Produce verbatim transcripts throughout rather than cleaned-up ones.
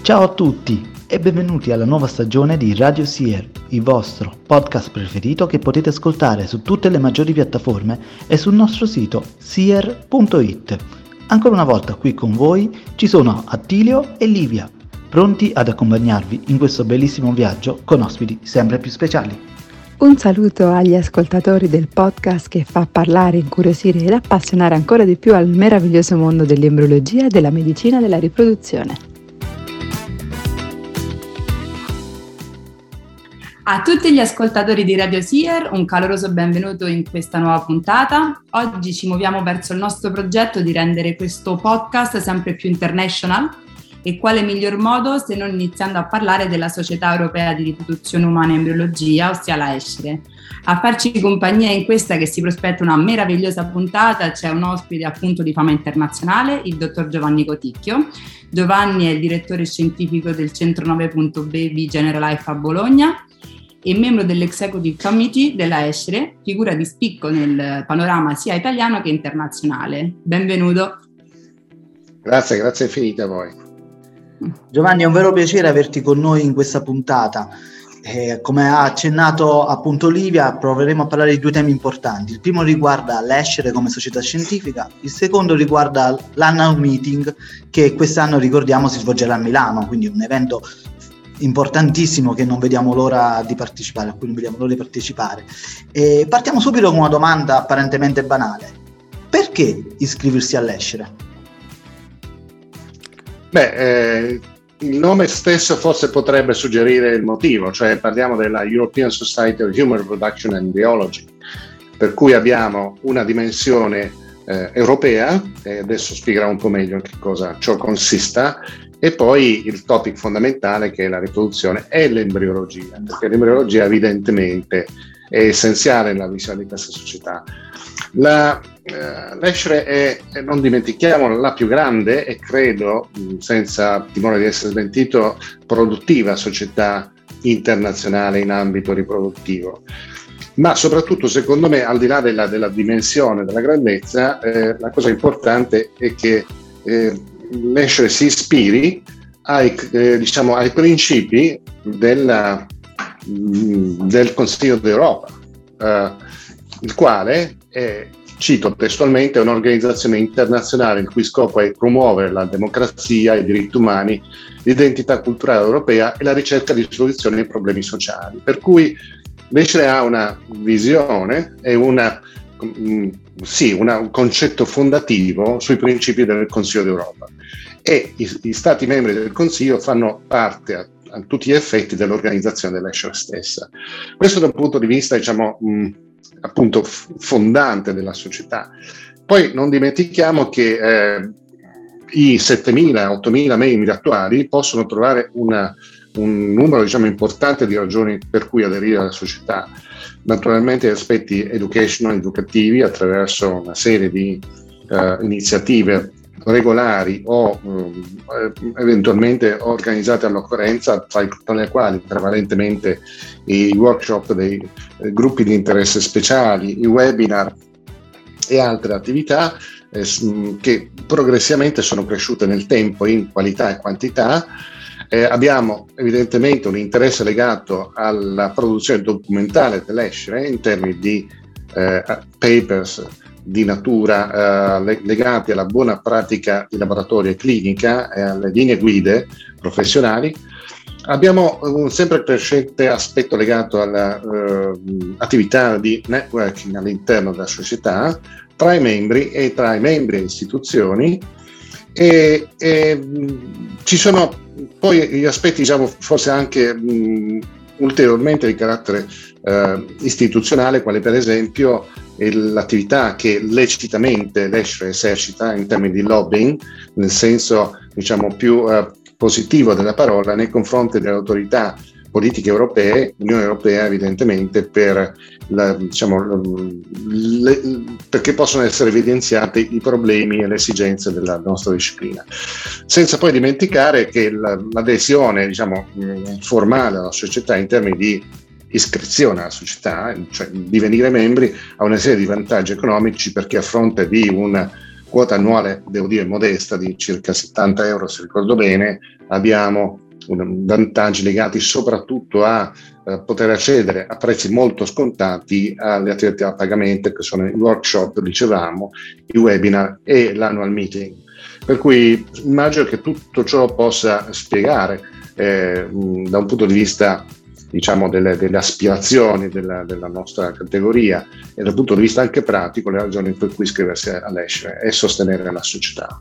Ciao a tutti e benvenuti alla nuova stagione di Radio Seer, il vostro podcast preferito che potete ascoltare su tutte le maggiori piattaforme e sul nostro sito seer punto it. Ancora una volta qui con voi ci sono Attilio e Livia, pronti ad accompagnarvi in questo bellissimo viaggio con ospiti sempre più speciali. Un saluto agli ascoltatori del podcast che fa parlare, incuriosire ed appassionare ancora di più al meraviglioso mondo dell'embriologia e della medicina della riproduzione. A tutti gli ascoltatori di Radio Seer, un caloroso benvenuto in questa nuova puntata. Oggi ci muoviamo verso il nostro progetto di rendere questo podcast sempre più international. E quale miglior modo se non iniziando a parlare della Società Europea di Riproduzione Umana e Embriologia, ossia la ESHRE. A farci compagnia in questa che si prospetta una meravigliosa puntata c'è un ospite appunto di fama internazionale, il dottor Giovanni Coticchio. Giovanni è il direttore scientifico del Centro nove punto B di Generalife a Bologna e membro dell'Executive Committee della ESHRE, figura di spicco nel panorama sia italiano che internazionale. Benvenuto. Grazie, grazie infinite a voi. Giovanni, è un vero piacere averti con noi in questa puntata. Eh, come ha accennato appunto Livia, proveremo a parlare di due temi importanti. Il primo riguarda l'ESHRE come società scientifica, il secondo riguarda l'Annual Meeting che quest'anno, ricordiamo, si svolgerà a Milano, quindi un evento importantissimo che non vediamo l'ora di partecipare, a cui non vediamo l'ora di partecipare. E partiamo subito con una domanda apparentemente banale. Perché iscriversi all'ESHRE? Beh, eh, il nome stesso forse potrebbe suggerire il motivo, cioè parliamo della European Society of Human Reproduction and Biology, per cui abbiamo una dimensione eh, europea, e adesso spiegherò un po' meglio in che cosa ciò consista, e poi il topic fondamentale che è la riproduzione e l'embriologia, perché l'embriologia evidentemente è essenziale nella visione di questa società. La, eh, L'ESHRE è, non dimentichiamo, la più grande e credo, senza timore di essere smentito, produttiva società internazionale in ambito riproduttivo. Ma soprattutto, secondo me, al di là della, della dimensione, della grandezza, eh, la cosa importante è che eh, l'ESHRE si ispiri ai, eh, diciamo, ai principi della, del Consiglio d'Europa, eh, il quale è, cito testualmente, è un'organizzazione internazionale il cui scopo è promuovere la democrazia, i diritti umani, l'identità culturale europea e la ricerca di soluzioni ai problemi sociali. Per cui l'ESHRE ha una visione e una, mh, sì, una, un concetto fondativo sui principi del Consiglio d'Europa. E i, i Stati membri del Consiglio fanno parte a, a tutti gli effetti dell'organizzazione dell'ESHRE stessa. Questo da un punto di vista, diciamo, mh, appunto f- fondante della società. Poi non dimentichiamo che eh, i settemila ottomila membri attuali possono trovare una, un numero, diciamo, importante di ragioni per cui aderire alla società. Naturalmente aspetti educational, educativi, attraverso una serie di eh, iniziative regolari o eh, eventualmente organizzate all'occorrenza, tra, tra le quali prevalentemente i workshop dei eh, gruppi di interesse speciali, i webinar e altre attività eh, che progressivamente sono cresciute nel tempo in qualità e quantità. Eh, abbiamo evidentemente un interesse legato alla produzione documentale dell'ESHRE in termini di eh, papers di natura eh, legati alla buona pratica di laboratorio e clinica e alle linee guide professionali. Abbiamo un sempre crescente aspetto legato all'attività eh, di networking all'interno della società tra i membri e tra i membri e istituzioni, e, e mh, ci sono poi gli aspetti, diciamo, forse anche mh, ulteriormente di carattere eh, istituzionale, quale per esempio l'attività che lecitamente l'ESHRE esercita in termini di lobbying, nel senso, diciamo, più eh, positivo della parola, nei confronti delle autorità politiche europee, l'Unione Europea evidentemente, per la, diciamo, le, perché possono essere evidenziati i problemi e le esigenze della nostra disciplina. Senza poi dimenticare che la, l'adesione, diciamo, formale alla società in termini di iscrizione alla società, cioè divenire membri, ha una serie di vantaggi economici, perché a fronte di un quota annuale, devo dire modesta, di circa settanta euro se ricordo bene. Abbiamo vantaggi legati soprattutto a eh, poter accedere a prezzi molto scontati alle attività a pagamento, che sono i workshop, dicevamo, i webinar e l'annual meeting. Per cui immagino che tutto ciò possa spiegare eh, da un punto di vista, diciamo, delle, delle aspirazioni della, della nostra categoria e dal punto di vista anche pratico le ragioni per cui iscriversi all'Escere e sostenere la società.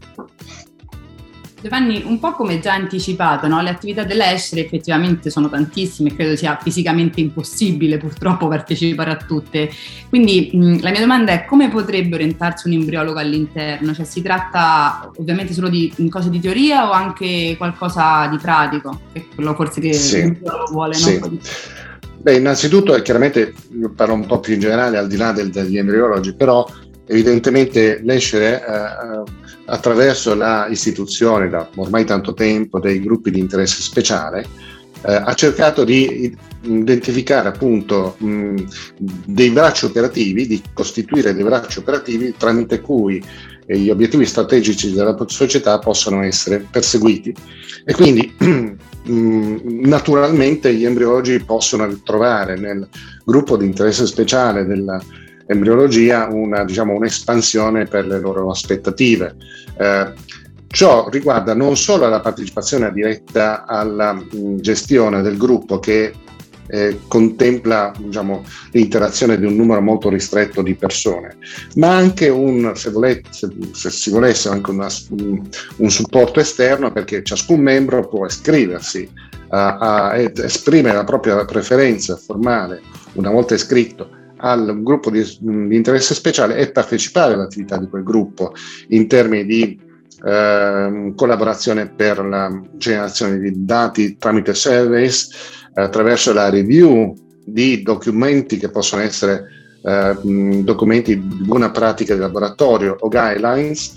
Giovanni, un po' come già anticipato, no? Le attività dell'Escere effettivamente sono tantissime e credo sia fisicamente impossibile purtroppo partecipare a tutte. Quindi mh, la mia domanda è: come potrebbe orientarsi un embriologo all'interno? Cioè, si tratta ovviamente solo di cose di teoria o anche qualcosa di pratico? È quello forse che sì, l'embriologo vuole, sì. no? Beh, innanzitutto, chiaramente io parlo un po' più in generale al di là del, degli embriologi, però evidentemente l'Escere eh, attraverso la istituzione da ormai tanto tempo dei gruppi di interesse speciale eh, ha cercato di identificare appunto mh, dei bracci operativi, di costituire dei bracci operativi tramite cui eh, gli obiettivi strategici della società possono essere perseguiti. E quindi mh, naturalmente gli embriologi possono ritrovare nel gruppo di interesse speciale della embriologia una, diciamo, un'espansione per le loro aspettative. Eh, ciò riguarda non solo la partecipazione diretta alla mh, gestione del gruppo, che eh, contempla, diciamo, l'interazione di un numero molto ristretto di persone, ma anche un, se, volete, se, se si volesse, anche una, un, un supporto esterno, perché ciascun membro può iscriversi a, a esprimere la propria preferenza formale una volta iscritto al gruppo di, di interesse speciale e partecipare all'attività di quel gruppo in termini di eh, collaborazione per la generazione di dati tramite surveys, eh, attraverso la review di documenti che possono essere eh, documenti di buona pratica di laboratorio o guidelines,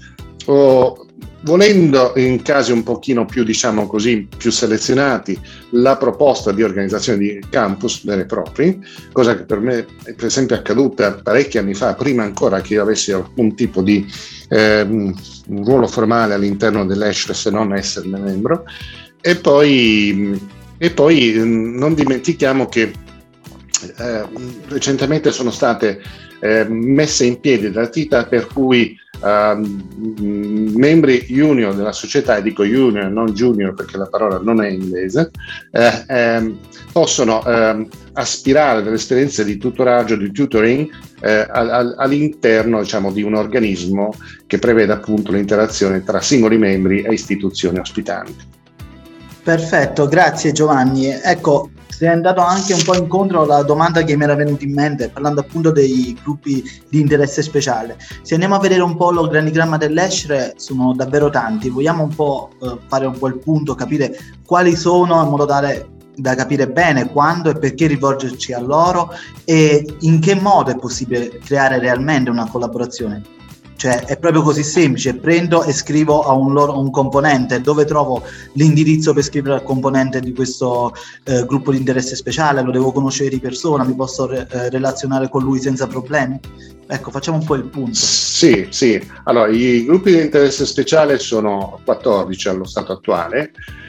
o volendo in casi un pochino più, diciamo così, più selezionati, la proposta di organizzazione di campus veri e propri, cosa che per me è per esempio accaduta parecchi anni fa, prima ancora che io avessi alcun tipo di eh, un ruolo formale all'interno dell'Escere, se non esserne membro. E poi, e poi non dimentichiamo che eh, recentemente sono state eh, messe in piedi delle attività per cui Uh, membri junior della società, e dico junior non junior perché la parola non è inglese, eh, eh, possono eh, aspirare delle esperienze di tutoraggio, di tutoring eh, all, all'interno, diciamo, di un organismo che prevede appunto l'interazione tra singoli membri e istituzioni ospitanti. Perfetto, grazie Giovanni. Ecco, sei andato anche un po' incontro alla domanda che mi era venuta in mente, parlando appunto dei gruppi di interesse speciale. Se andiamo a vedere un po' l'organigramma dell'Escere, sono davvero tanti. Vogliamo un po' eh, fare un po' il punto, capire quali sono, in modo tale da capire bene quando e perché rivolgerci a loro e in che modo è possibile creare realmente una collaborazione. Cioè è proprio così semplice: prendo e scrivo a un, loro, un componente. Dove trovo l'indirizzo per scrivere al componente di questo eh, gruppo di interesse speciale? Lo devo conoscere di persona? Mi posso re, eh, relazionare con lui senza problemi? Ecco, facciamo un po' il punto. Sì, sì. Allora, i gruppi di interesse speciale sono quattordici allo stato attuale.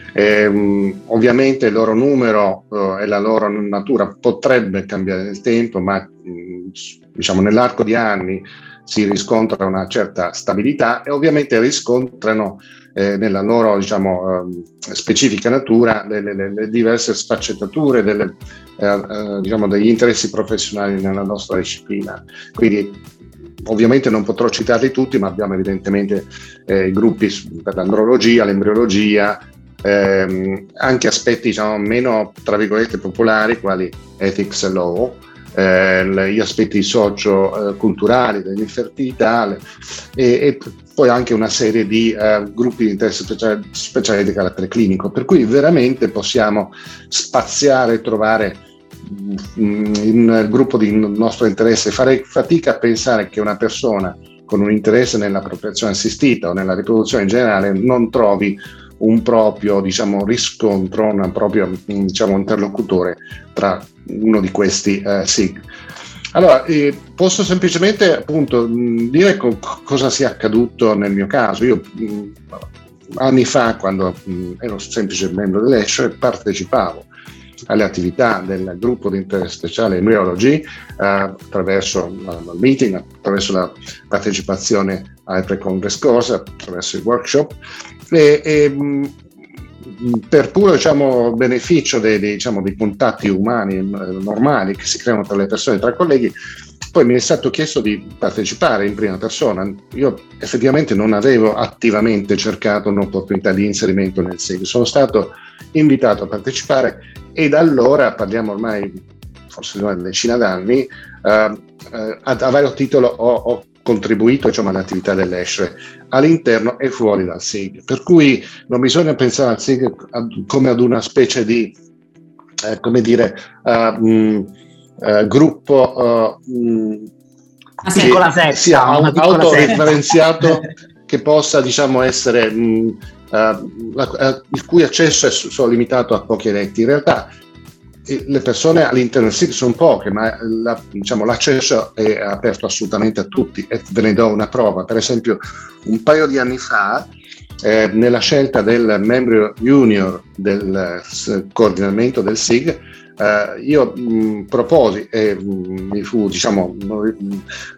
Eh, ovviamente il loro numero eh, e la loro natura potrebbe cambiare nel tempo, ma mh, diciamo nell'arco di anni si riscontra una certa stabilità, e ovviamente riscontrano eh, nella loro, diciamo, eh, specifica natura le, le, le diverse sfaccettature delle, eh, eh, diciamo, degli interessi professionali nella nostra disciplina. Quindi ovviamente non potrò citarli tutti, ma abbiamo evidentemente eh, i gruppi per l'andrologia, l'embriologia, ehm, anche aspetti, diciamo, meno, tra virgolette, popolari, quali ethics e law, Eh, gli aspetti socio-culturali dell'infertilità e, e poi anche una serie di eh, gruppi di interesse speciali, speciali di carattere clinico, per cui veramente possiamo spaziare e trovare il gruppo di nostro interesse. Fare fatica a pensare che una persona con un interesse nella procreazione assistita o nella riproduzione in generale non trovi un proprio, diciamo, riscontro, un proprio, diciamo, interlocutore tra uno di questi eh, S I G. Allora, eh, posso semplicemente appunto mh, dire co- cosa sia accaduto nel mio caso. Io mh, anni fa, quando mh, ero semplice membro dell'Escere, partecipavo alle attività del gruppo di interesse speciale Embryology eh, attraverso il meeting, attraverso la partecipazione ai pre-congress course, attraverso i workshop e, e mh, per puro diciamo, beneficio dei, dei, diciamo, dei contatti umani eh, normali che si creano tra le persone, tra colleghi, poi mi è stato chiesto di partecipare in prima persona. Io effettivamente non avevo attivamente cercato un'opportunità di inserimento nel S I G, sono stato invitato a partecipare e da allora, parliamo ormai forse di una decina d'anni, eh, eh, a, a vario titolo ho, ho contribuito diciamo, all'attività dell'Escere all'interno e fuori dal S I G, per cui non bisogna pensare al S I G ad, come ad una specie di eh, come dire uh, mh, uh, gruppo uh, mh, una piccola setta, sia una piccola autoreferenziato che possa diciamo essere mh, uh, la, uh, il cui accesso è solo limitato a pochi eletti. In realtà le persone all'interno del S I G sono poche, ma la, diciamo, l'accesso è aperto assolutamente a tutti e ve ne do una prova. Per esempio, un paio di anni fa, eh, nella scelta del membro junior del uh, coordinamento del S I G, eh, io mh, proposi e mh, mi fu, diciamo, mh,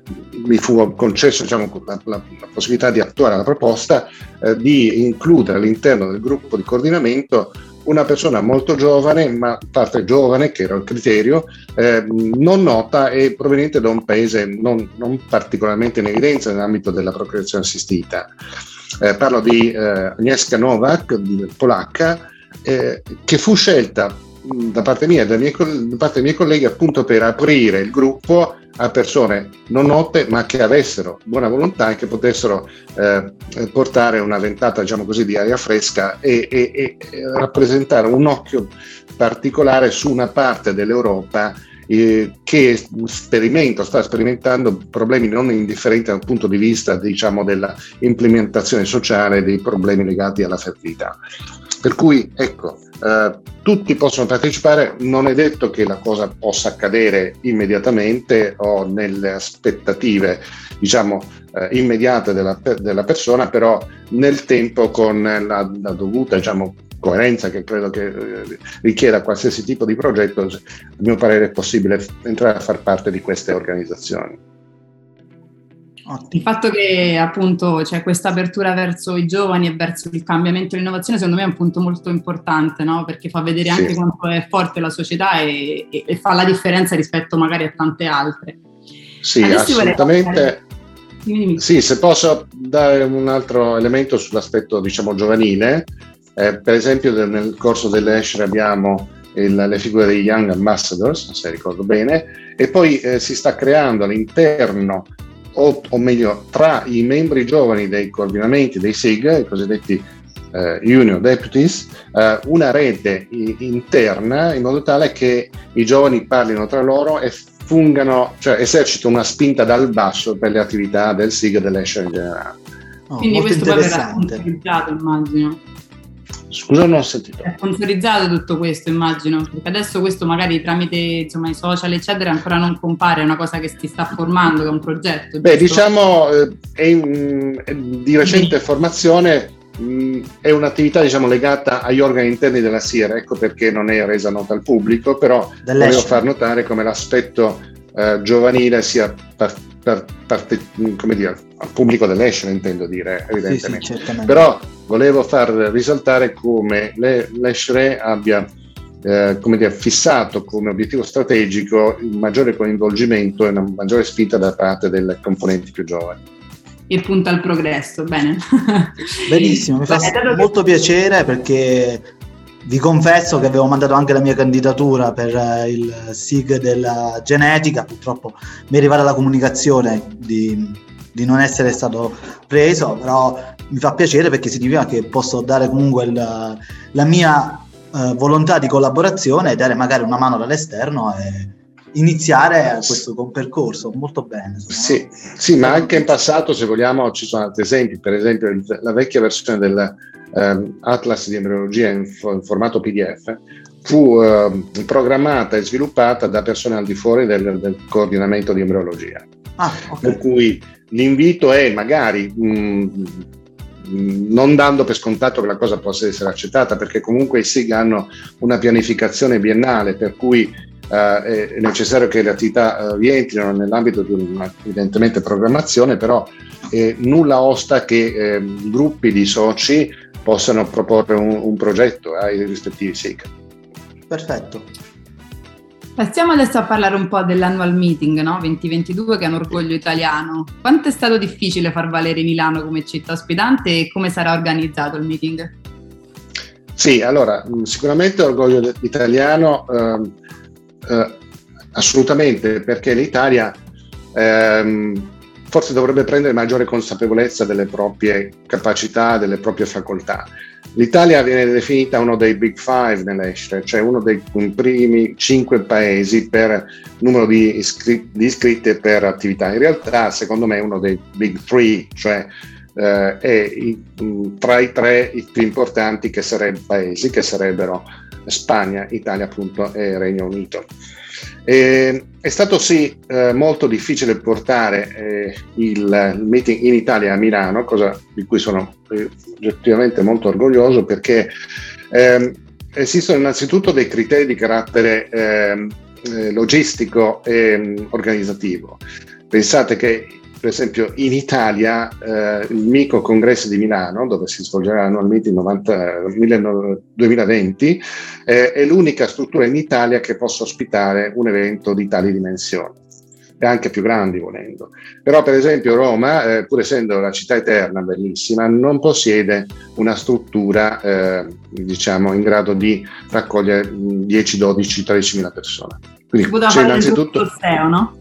mi fu concesso diciamo, la, la, la possibilità di attuare la proposta eh, di includere all'interno del gruppo di coordinamento una persona molto giovane, ma parte giovane, che era il criterio, eh, non nota e proveniente da un paese non, non particolarmente in evidenza nell'ambito della procreazione assistita. Eh, parlo di eh, Agnieszka Nowak, di, polacca, eh, che fu scelta mh, da parte mia e da, da parte dei miei colleghi appunto per aprire il gruppo a persone non note ma che avessero buona volontà e che potessero eh, portare una ventata diciamo così di aria fresca e, e, e rappresentare un occhio particolare su una parte dell'Europa eh, che sperimenta, sta sperimentando problemi non indifferenti dal punto di vista diciamo della implementazione sociale dei problemi legati alla fertilità. Per cui ecco, eh, tutti possono partecipare, non è detto che la cosa possa accadere immediatamente o nelle aspettative diciamo eh, immediate della, della persona, però nel tempo con la, la dovuta diciamo coerenza che credo che eh, richieda qualsiasi tipo di progetto, a mio parere è possibile entrare a far parte di queste organizzazioni. Il fatto che appunto c'è questa apertura verso i giovani e verso il cambiamento e l'innovazione secondo me è un punto molto importante, no? Perché fa vedere anche sì. quanto è forte la società e, e, e fa la differenza rispetto magari a tante altre. Sì, adesso assolutamente. Sì, se posso dare un altro elemento sull'aspetto diciamo giovanile, eh, per esempio nel corso dell'Escere abbiamo il, le figure dei Young Ambassadors, se ricordo bene, e poi eh, si sta creando all'interno O, o meglio tra i membri giovani dei coordinamenti dei S I G, i cosiddetti eh, Junior Deputies, eh, una rete i, interna in modo tale che i giovani parlino tra loro e fungano, cioè esercitano una spinta dal basso per le attività del S I G e dell'Escere in generale. Oh, Quindi questo poi verrà sponsorizzato, immagino. Scusa, non ho sentito. È sponsorizzato tutto questo, immagino, perché adesso questo magari tramite insomma i social eccetera ancora non compare, è una cosa che si sta formando, che è un progetto. Beh, giusto? Diciamo è, in, è di recente formazione, mh, è un'attività diciamo legata agli organi interni della S I R, ecco perché non è resa nota al pubblico, però volevo far notare come l'aspetto eh, giovanile sia par, par, parte, come dire, al pubblico dell'Escere intendo dire evidentemente, sì, sì, però volevo far risaltare come le, l'Escere abbia eh, come dire, fissato come obiettivo strategico il maggiore coinvolgimento e una maggiore spinta da parte delle componenti più giovani. E punta al progresso, bene. Benissimo, mi fa Beh, molto che... piacere perché vi confesso che avevo mandato anche la mia candidatura per il S I G della genetica, purtroppo mi è arrivata la comunicazione di, di non essere stato preso, però mi fa piacere perché significa che posso dare comunque il, la mia eh, volontà di collaborazione e dare magari una mano dall'esterno e iniziare questo percorso molto bene. Sì, sì, ma anche in passato, se vogliamo, ci sono altri esempi, per esempio la vecchia versione del Um, Atlas di embriologia in, fo- in formato P D F fu uh, programmata e sviluppata da persone al di fuori del, del coordinamento di embriologia. Ah, okay. Per cui l'invito è magari mh, non dando per scontato che la cosa possa essere accettata, perché comunque i S I G hanno una pianificazione biennale, per cui uh, è necessario che le attività uh, rientrino nell'ambito di una evidentemente programmazione, però eh, nulla osta che eh, gruppi di soci possano proporre un, un progetto ai rispettivi S I G. Perfetto. Passiamo adesso a parlare un po' dell'annual meeting, no? venti ventidue, che è un orgoglio italiano. Quanto è stato difficile far valere Milano come città ospitante e come sarà organizzato il meeting? Sì, allora, sicuramente orgoglio italiano, eh, eh, assolutamente, perché l'Italia ehm, forse dovrebbe prendere maggiore consapevolezza delle proprie capacità, delle proprie facoltà. L'Italia viene definita uno dei Big Five nell'ESHRE, cioè uno dei primi cinque paesi per numero di, iscri- di iscritti e per attività. In realtà, secondo me, è uno dei Big Three, cioè eh, è i, tra i tre i più importanti che sarebbero paesi, che sarebbero Spagna, Italia appunto e Regno Unito. E, è stato sì eh, molto difficile portare eh, il, il meeting in Italia a Milano, cosa di cui sono eh, oggettivamente molto orgoglioso, perché eh, esistono innanzitutto dei criteri di carattere eh, eh, logistico e organizzativo. Pensate che per esempio in Italia eh, il Mico Congressi di Milano, dove si svolgerà l'annual novanta, duemilaventi, eh, è l'unica struttura in Italia che possa ospitare un evento di tali dimensioni, e anche più grandi volendo. Però per esempio Roma, eh, pur essendo la città eterna bellissima, non possiede una struttura eh, diciamo in grado di raccogliere dieci, dodici, tredici mila persone. Quindi Potrà c'è fare innanzitutto il S E O, no?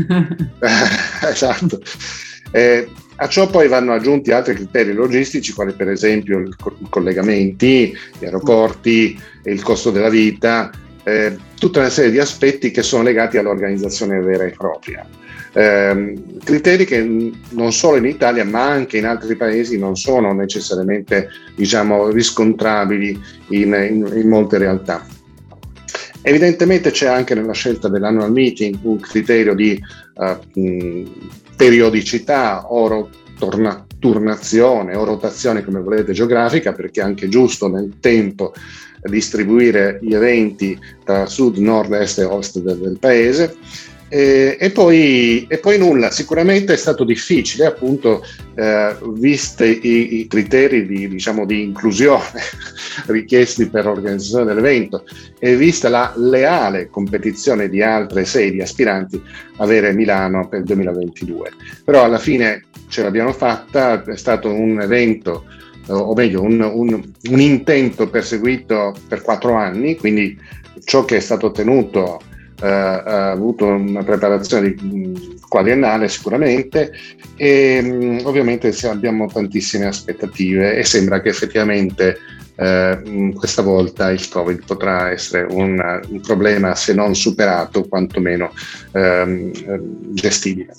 Esatto. Eh, a ciò poi vanno aggiunti altri criteri logistici, quali per esempio i collegamenti, gli aeroporti, il costo della vita, eh, tutta una serie di aspetti che sono legati all'organizzazione vera e propria. Eh, criteri che non solo in Italia ma anche in altri paesi non sono necessariamente, diciamo, riscontrabili in, in, in molte realtà. Evidentemente c'è anche nella scelta dell'annual meeting un criterio di uh, mh, periodicità o torna, turnazione o rotazione, come volete, geografica, perché è anche giusto nel tempo distribuire gli eventi tra sud, nord, est e ovest del, del paese. E, e, poi, e poi nulla, sicuramente è stato difficile, appunto, eh, visti i, i criteri di, diciamo, di inclusione richiesti per l'organizzazione dell'evento e vista la leale competizione di altre sedi aspiranti, avere Milano per il duemilaventidue. Però alla fine ce l'abbiamo fatta, è stato un evento, o meglio un, un, un intento perseguito per quattro anni, quindi ciò che è stato ottenuto Uh, ha avuto una preparazione di, quadriennale sicuramente, e um, ovviamente abbiamo tantissime aspettative e sembra che effettivamente uh, questa volta il Covid potrà essere un, un problema, se non superato, quantomeno um, gestibile.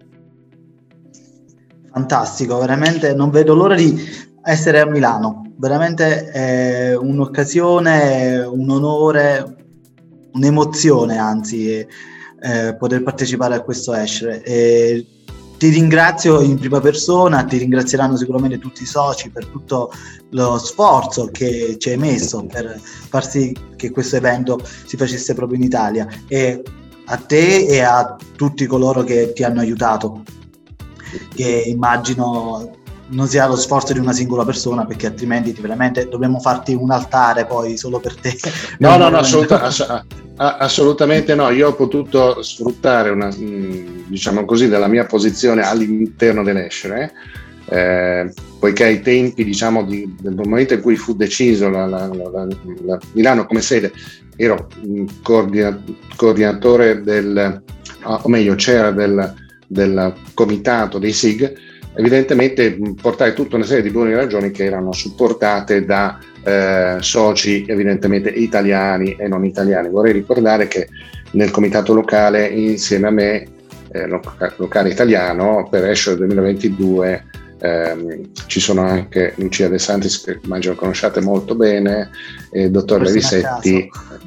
Fantastico, veramente non vedo l'ora di essere a Milano, veramente è un'occasione, un onore, un'emozione anzi eh, poter partecipare a questo ESHRE. E ti ringrazio in prima persona, ti ringrazieranno sicuramente tutti i soci per tutto lo sforzo che ci hai messo per far sì che questo evento si facesse proprio in Italia, e a te e a tutti coloro che ti hanno aiutato, che immagino non sia lo sforzo di una singola persona, perché altrimenti veramente dobbiamo farti un altare poi solo per te. No, no, no, assoluta, ass- assolutamente no. Io ho potuto sfruttare una, diciamo così, della mia posizione all'interno dell'ESHRE, eh, poiché ai tempi, diciamo, di, del momento in cui fu deciso la, la, la, la Milano come sede, ero coordina, coordinatore del, o meglio, c'era del, del comitato dei S I G. Evidentemente portai tutta una serie di buone ragioni che erano supportate da eh, soci evidentemente italiani e non italiani. Vorrei ricordare che nel comitato locale, insieme a me, eh, locale italiano, per ESHRE duemilaventidue ehm, ci sono anche Lucia De Santis, che immagino conosciate molto bene, e il dottor Levisetti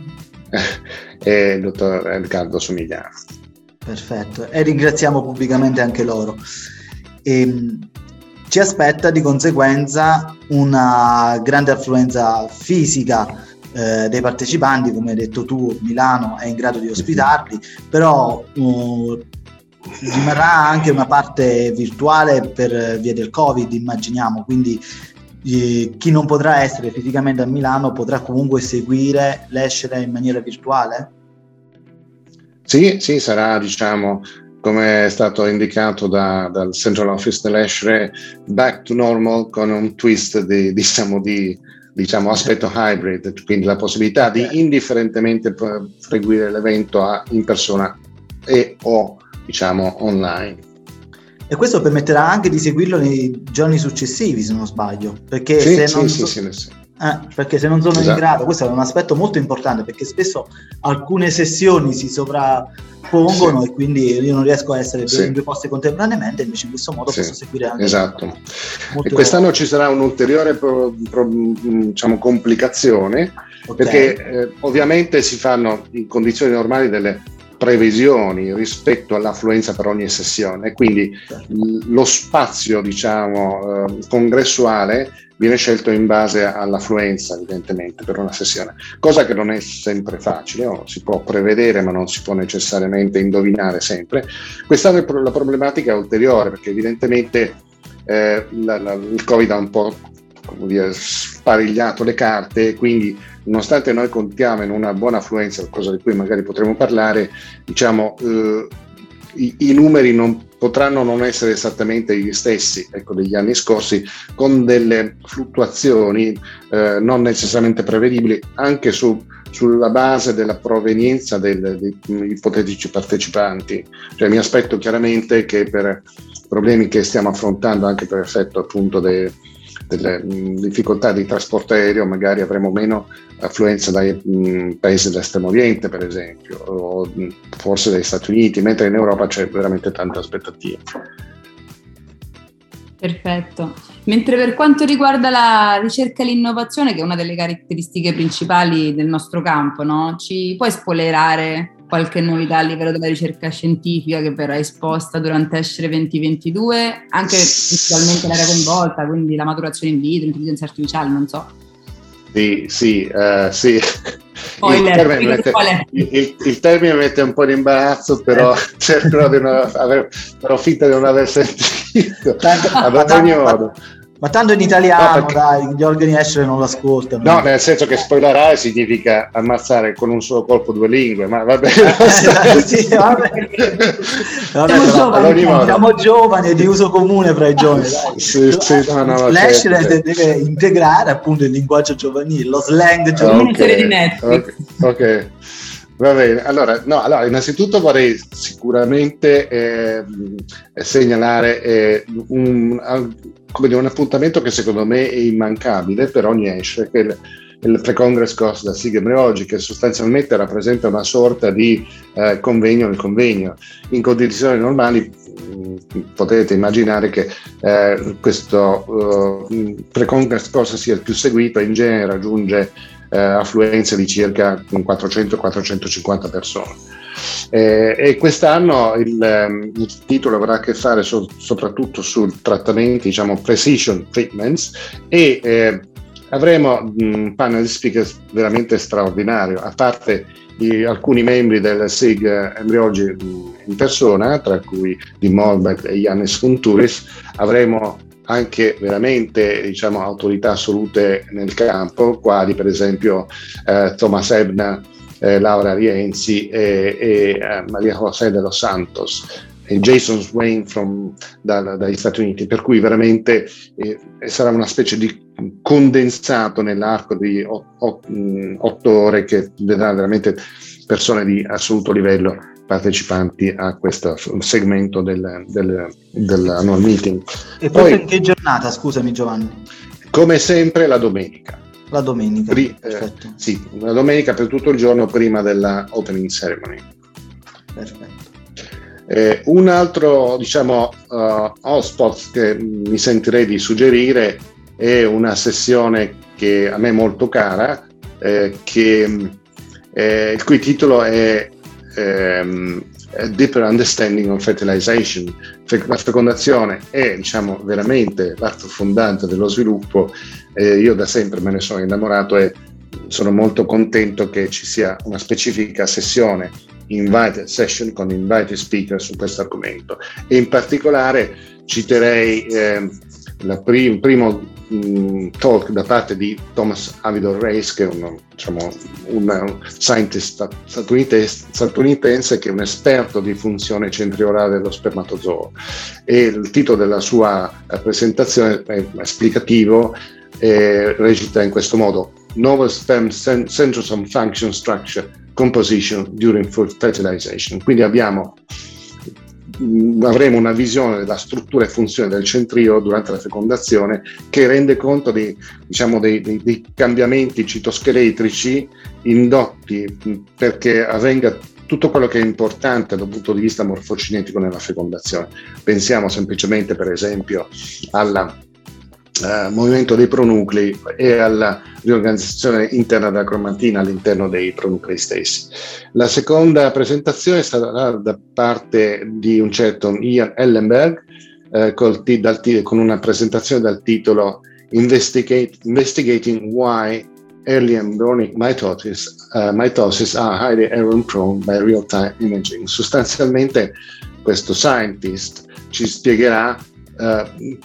e il dottor Edgardo Somigliano. Perfetto, e ringraziamo pubblicamente anche loro. E, ci aspetta di conseguenza una grande affluenza fisica eh, dei partecipanti, come hai detto tu, Milano è in grado di ospitarli, però uh, rimarrà anche una parte virtuale per via del Covid, immaginiamo, quindi eh, chi non potrà essere fisicamente a Milano potrà comunque seguire l'Escere in maniera virtuale? Sì, sì, sarà, diciamo, come è stato indicato da, dal Central Office dell'Escere, back to normal, con un twist di, diciamo, di diciamo, aspetto hybrid, quindi la possibilità di indifferentemente seguire l'evento a, in persona e o diciamo online. E questo permetterà anche di seguirlo nei giorni successivi, se non sbaglio, perché sì, se sì, non sì, so- sì, sì. Eh, perché se non sono esatto. in grado, questo è un aspetto molto importante, perché spesso alcune sessioni si sovrappongono sì. e quindi io non riesco a essere sì. in due posti contemporaneamente, invece in questo modo sì. posso seguire anche esatto. Molto... E quest'anno ci sarà un'ulteriore pro, pro, diciamo, complicazione, okay. perché eh, ovviamente si fanno in condizioni normali delle previsioni rispetto all'affluenza per ogni sessione, quindi l- lo spazio diciamo eh, congressuale viene scelto in base all'affluenza, evidentemente, per una sessione, cosa che non è sempre facile, o si può prevedere ma non si può necessariamente indovinare sempre. Quest'anno la problematica è ulteriore, perché evidentemente eh, la, la, il Covid ha un po' come dire, sparigliato le carte, quindi nonostante noi contiamo in una buona affluenza, cosa di cui magari potremo parlare, diciamo eh, i, i numeri non potranno non essere esattamente gli stessi, ecco, degli anni scorsi, con delle fluttuazioni eh, non necessariamente prevedibili anche su, sulla base della provenienza dei, dei, dei ipotetici partecipanti. Cioè, mi aspetto chiaramente che per problemi che stiamo affrontando anche per effetto appunto dei delle mh, difficoltà di trasporto aereo, magari avremo meno affluenza dai mh, paesi dell'estremo oriente, per esempio, o mh, forse dagli Stati Uniti, mentre in Europa c'è veramente tanta aspettativa. Perfetto. Mentre per quanto riguarda la ricerca e l'innovazione, che è una delle caratteristiche principali del nostro campo, no? Ci puoi spoilerare qualche novità a livello della ricerca scientifica che verrà esposta durante Escere ventiventisdue, anche principalmente l'area coinvolta, quindi la maturazione in vitro, l'intelligenza artificiale, non so. Sì, sì, uh, sì. Spoiler, il, termine mette, il, il, il termine mette un po' di imbarazzo, però cerco di non aver, farò finta di non aver sentito. Tanto, ad ma, ogni tanto, modo. Ma tanto in italiano, no, perché... dai, gli organi Escere non lo ascoltano. No, nel senso che spoilerare significa ammazzare con un solo colpo due lingue, ma va bene. Eh, sì, vabbè. Vabbè, siamo, però, giovani, siamo giovani e di uso comune fra i giovani. Dai. Sì, sì, no, no, L'Escere certo. deve integrare appunto il linguaggio giovanile, lo slang giovanile. Okay, di Netflix. Ok, okay. Va bene, allora, no, allora innanzitutto vorrei sicuramente eh, segnalare eh, un, come dire, un appuntamento che secondo me è immancabile per ogni Escere, che è il, il Pre-Congress Course da SIG Embryology, che sostanzialmente rappresenta una sorta di eh, convegno nel convegno. In condizioni normali mh, potete immaginare che eh, questo uh, Pre-Congress Course sia il più seguito e in genere raggiunge Eh, affluenze di circa quattrocento quattrocentocinquanta persone. Eh, e quest'anno il, um, il titolo avrà a che fare so, soprattutto su trattamenti, diciamo precision treatments, e eh, avremo un panel di speaker veramente straordinario, a parte di alcuni membri del SIG Embryology in persona, tra cui Dean Morbert e Yannis Kontouris. Avremo anche veramente, diciamo, autorità assolute nel campo, quali per esempio eh, Thomas Ebner, eh, Laura Rienzi e, e eh, Maria José de los Santos e Jason Swain from, da, dagli Stati Uniti, per cui veramente eh, sarà una specie di condensato nell'arco di otto ore che vedrà veramente persone di assoluto livello partecipanti a questo segmento del, del, dell'annual meeting. E poi in che giornata, scusami Giovanni? Come sempre la domenica. La domenica, Pri, eh, sì, la domenica per tutto il giorno prima della opening ceremony. Perfetto. Eh, un altro, diciamo, uh, hotspot che mi sentirei di suggerire è una sessione che a me è molto cara, eh, che, eh, il cui titolo è ehm, A Deeper Understanding of Fertilization. La fecondazione è, diciamo, veramente l'atto fondante dello sviluppo. Eh, io da sempre me ne sono innamorato e sono molto contento che ci sia una specifica sessione invited session con invited speaker su questo argomento, e in particolare citerei eh, la prim- primo mh, talk da parte di Thomas Avidor Reis, che è un, diciamo, un scientist statunitense, statunitense che è un esperto di funzione centriolare dello spermatozoo, e il titolo della sua presentazione è esplicativo e recita in questo modo: Novel Sperm Centrosome Function Structure Composition During Fertilization. Quindi abbiamo, avremo una visione della struttura e funzione del centrio durante la fecondazione, che rende conto di, diciamo, dei, dei, dei cambiamenti citoscheletrici indotti perché avvenga tutto quello che è importante dal punto di vista morfocinetico nella fecondazione. Pensiamo semplicemente, per esempio, alla Uh, movimento dei pronuclei e alla riorganizzazione interna della cromatina all'interno dei pronuclei stessi. La seconda presentazione è stata da parte di un certo Ian Ellenberg, uh, col t- dal t- con una presentazione dal titolo Investigate, Investigating Why Early Embryonic Mitosis, uh, mitosis are highly error prone by real-time imaging. Sostanzialmente questo scientist ci spiegherà uh,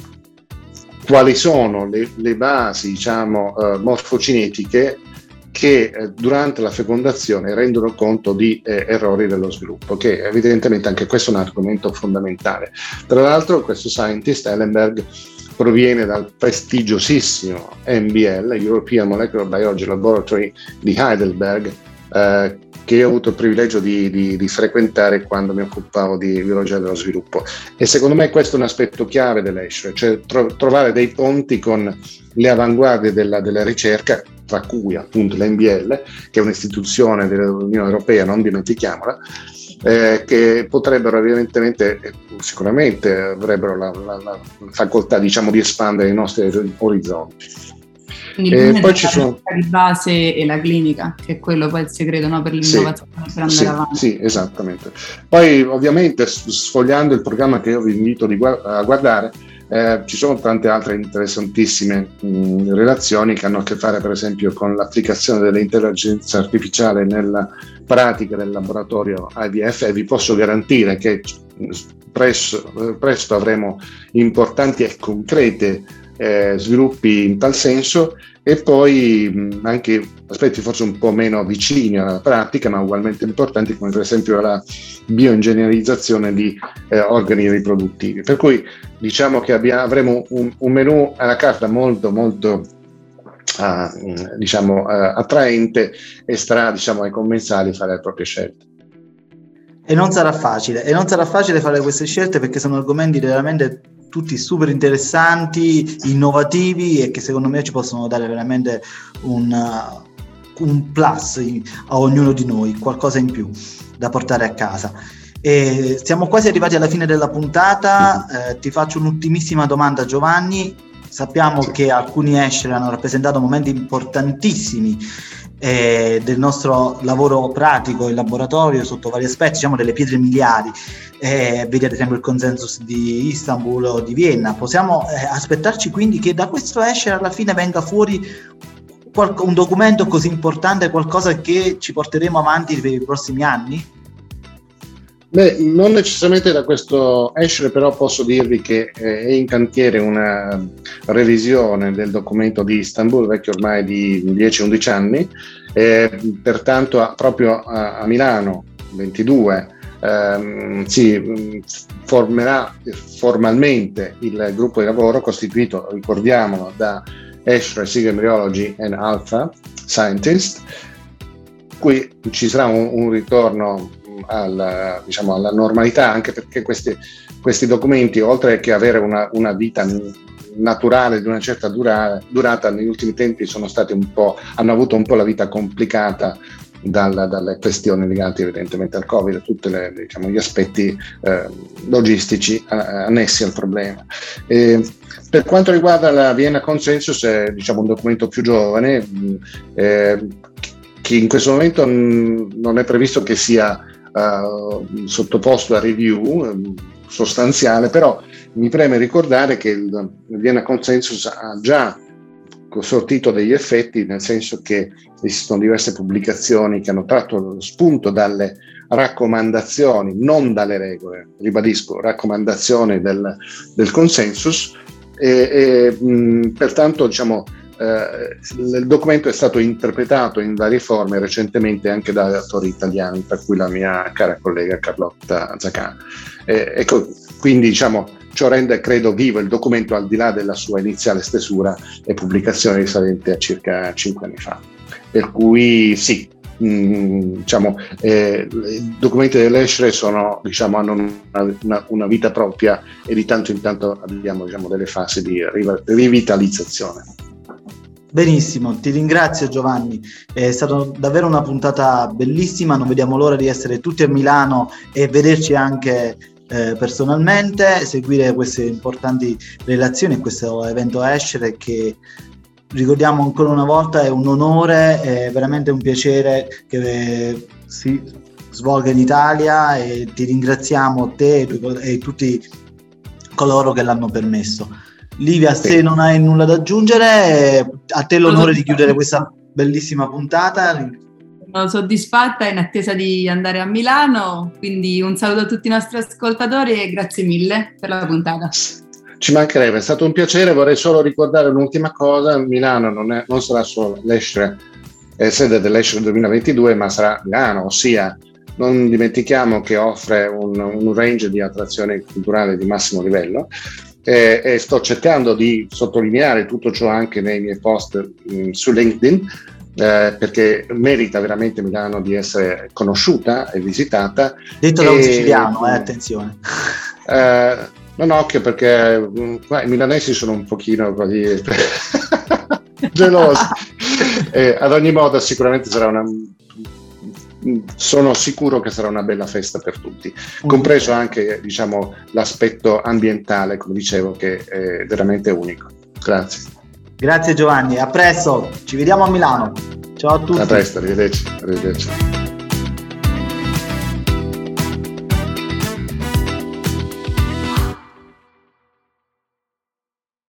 quali sono le, le basi, diciamo, uh, morfocinetiche che eh, durante la fecondazione rendono conto di eh, errori dello sviluppo, che evidentemente anche questo è un argomento fondamentale. Tra l'altro questo scientist, Ellenberg, proviene dal prestigiosissimo E M B L, European Molecular Biology Laboratory di Heidelberg, eh, che ho avuto il privilegio di, di, di frequentare quando mi occupavo di biologia dello sviluppo. E secondo me questo è un aspetto chiave dell'ESHRE, cioè tro- trovare dei ponti con le avanguardie della, della ricerca, tra cui appunto l'E M B L, che è un'istituzione dell'Unione Europea, non dimentichiamola, eh, che potrebbero evidentemente, sicuramente avrebbero la, la, la facoltà, diciamo, di espandere i nostri orizzonti. Quindi e poi la ci sono di base e la clinica, che è quello poi il segreto, no, per l'innovazione, sì, per andare sì, avanti. Sì, esattamente. Poi ovviamente sfogliando il programma che io vi invito di gu- a guardare, eh, ci sono tante altre interessantissime mh, relazioni che hanno a che fare per esempio con l'applicazione dell'intelligenza artificiale nella pratica del laboratorio I V F, e vi posso garantire che presto, presto avremo importanti e concrete Eh, sviluppi in tal senso, e poi mh, anche aspetti forse un po' meno vicini alla pratica ma ugualmente importanti, come per esempio la bioingegnerizzazione di eh, organi riproduttivi. Per cui diciamo che abbiamo, avremo un, un menù alla carta molto molto uh, diciamo uh, attraente, e starà, diciamo, ai commensali fare le proprie scelte. E non sarà facile, e non sarà facile fare queste scelte, perché sono argomenti veramente tutti super interessanti, innovativi, e che secondo me ci possono dare veramente un, uh, un plus a ognuno di noi, qualcosa in più da portare a casa. E siamo quasi arrivati alla fine della puntata. Eh, ti faccio un'ultimissima domanda, Giovanni. Sappiamo che alcuni ESHRE hanno rappresentato momenti importantissimi eh, del nostro lavoro pratico in laboratorio sotto vari aspetti, diciamo delle pietre miliari. Eh, vedi ad esempio il consensus di Istanbul o di Vienna. Possiamo eh, aspettarci quindi che da questo ESHRE alla fine venga fuori qual- un documento così importante, qualcosa che ci porteremo avanti per i prossimi anni? Beh, non necessariamente da questo ESHRE, però posso dirvi che eh, è in cantiere una revisione del documento di Istanbul, vecchio ormai di dieci undici anni, eh, pertanto proprio a, a Milano ventidue ehm, si formerà formalmente il gruppo di lavoro costituito, ricordiamolo, da ESHRE, Sig Embryology and Alpha Scientist. Qui ci sarà un, un ritorno alla, diciamo, alla normalità, anche perché questi, questi documenti, oltre che avere una, una vita naturale di una certa dura, durata, negli ultimi tempi sono stati un po', hanno avuto un po' la vita complicata dalla, dalle questioni legate evidentemente al Covid e tutti diciamo, gli aspetti eh, logistici eh, annessi al problema. E per quanto riguarda la Vienna Consensus, è diciamo, un documento più giovane eh, che in questo momento mh, non è previsto che sia uh, sottoposto a review eh, sostanziale, però mi preme ricordare che il, il Vienna Consensus ha già sortito degli effetti, nel senso che esistono diverse pubblicazioni che hanno tratto spunto dalle raccomandazioni, non dalle regole, ribadisco, raccomandazioni del, del consensus e, e mh, pertanto diciamo eh, il documento è stato interpretato in varie forme recentemente anche da autori italiani, per cui la mia cara collega Carlotta Zaccani. Eh, ecco, quindi diciamo ciò rende, credo, vivo il documento al di là della sua iniziale stesura e pubblicazione risalente a circa cinque anni fa. Per cui sì, mh, diciamo, eh, i documenti dell'Escre sono, diciamo, hanno una, una, una vita propria e di tanto in tanto abbiamo diciamo, delle fasi di rivitalizzazione. Benissimo, ti ringrazio Giovanni, è stata davvero una puntata bellissima, non vediamo l'ora di essere tutti a Milano e vederci anche eh, personalmente, seguire queste importanti relazioni, questo evento Escre che ricordiamo ancora una volta è un onore, è veramente un piacere che si svolga in Italia e ti ringraziamo te e tutti coloro che l'hanno permesso. Livia, se sì. non hai nulla da aggiungere, a te l'onore di chiudere questa bellissima puntata. Sono soddisfatta in attesa di andare a Milano, quindi un saluto a tutti i nostri ascoltatori e grazie mille per la puntata. Ci mancherebbe, è stato un piacere. Vorrei solo ricordare un'ultima cosa: Milano non, è, non sarà solo l'Escre, è sede dell'Escre duemilaventidue, ma sarà Milano, ossia non dimentichiamo che offre un, un range di attrazioni culturali di massimo livello. E, e sto cercando di sottolineare tutto ciò anche nei miei post mh, su LinkedIn, eh, perché merita veramente Milano di essere conosciuta e visitata. Detto da un siciliano, eh, attenzione. Eh, non occhio, perché mh, i milanesi sono un pochino così gelosi. Eh, ad ogni modo sicuramente sarà una sono sicuro che sarà una bella festa per tutti, compreso anche diciamo l'aspetto ambientale, come dicevo, che è veramente unico. Grazie. Grazie Giovanni, a presto, ci vediamo a Milano. Ciao a tutti. A presto, arrivederci. Arrivederci.